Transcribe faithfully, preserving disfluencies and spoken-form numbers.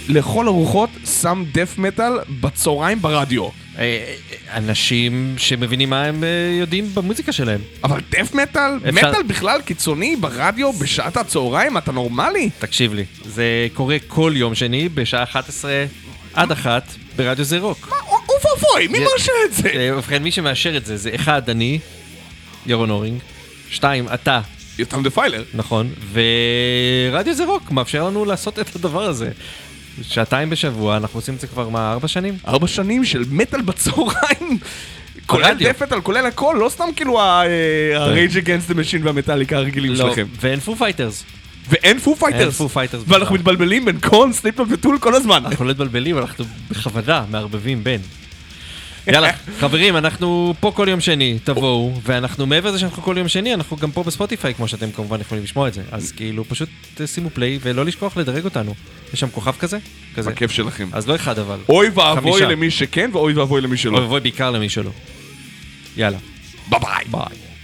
לכל הרוחות שם דף מטל בצהריים ברדיו. אנשים שמבינים מה הם יודעים במוזיקה שלהם. אבל דף מטל? מטל בכלל קיצוני ברדיו בשעת הצהריים? אתה נורמלי? תקשיב לי, זה קורה כל יום שני בשעה אחת עשרה עד אחת ברדיו זה רוק. מה? אוף אופוי, מי מאשר את זה? ובכן, מי שמאשר את זה זה אחד, אני, ירון אורינג, שתיים, אתה. יותם דפיילר. נכון, ורדיו זה רוק מאפשר לנו לעשות את הדבר הזה. שעתיים בשבוע, אנחנו עושים את זה כבר מה, ארבע שנים? ארבע שנים של מטל בצהריים, כולל דף מטל, כולל הכל, לא סתם כאילו ה-Rage Against the Machine והמטאליקה הרגילים שלכם. ואין פו פייטרס. ואין פו פייטרס. אין פו פייטרס. ואנחנו מתבלבלים בין קון, סליפנוט וטול כל הזמן. אנחנו לא מתבלבלים, אנחנו בכוונה מערבבים בין. יאללה, חברים, אנחנו פה כל יום שני, תבואו, ואנחנו מעבר לזה שאנחנו כל יום שני, אנחנו גם פה בספוטיפיי, כמו שאתם כמובן יכולים לשמוע את זה. אז כאילו, פשוט שימו פליי ולא לשכוח לדרג אותנו. יש שם כוכב כזה? כזה. בכיף שלכם. אז לא אחד אבל. אוי ואבוי למי שכן, ואוי ואבוי למי שלא. אוי ואבוי בעיקר למי שלא. יאללה. ביי ביי. ביי.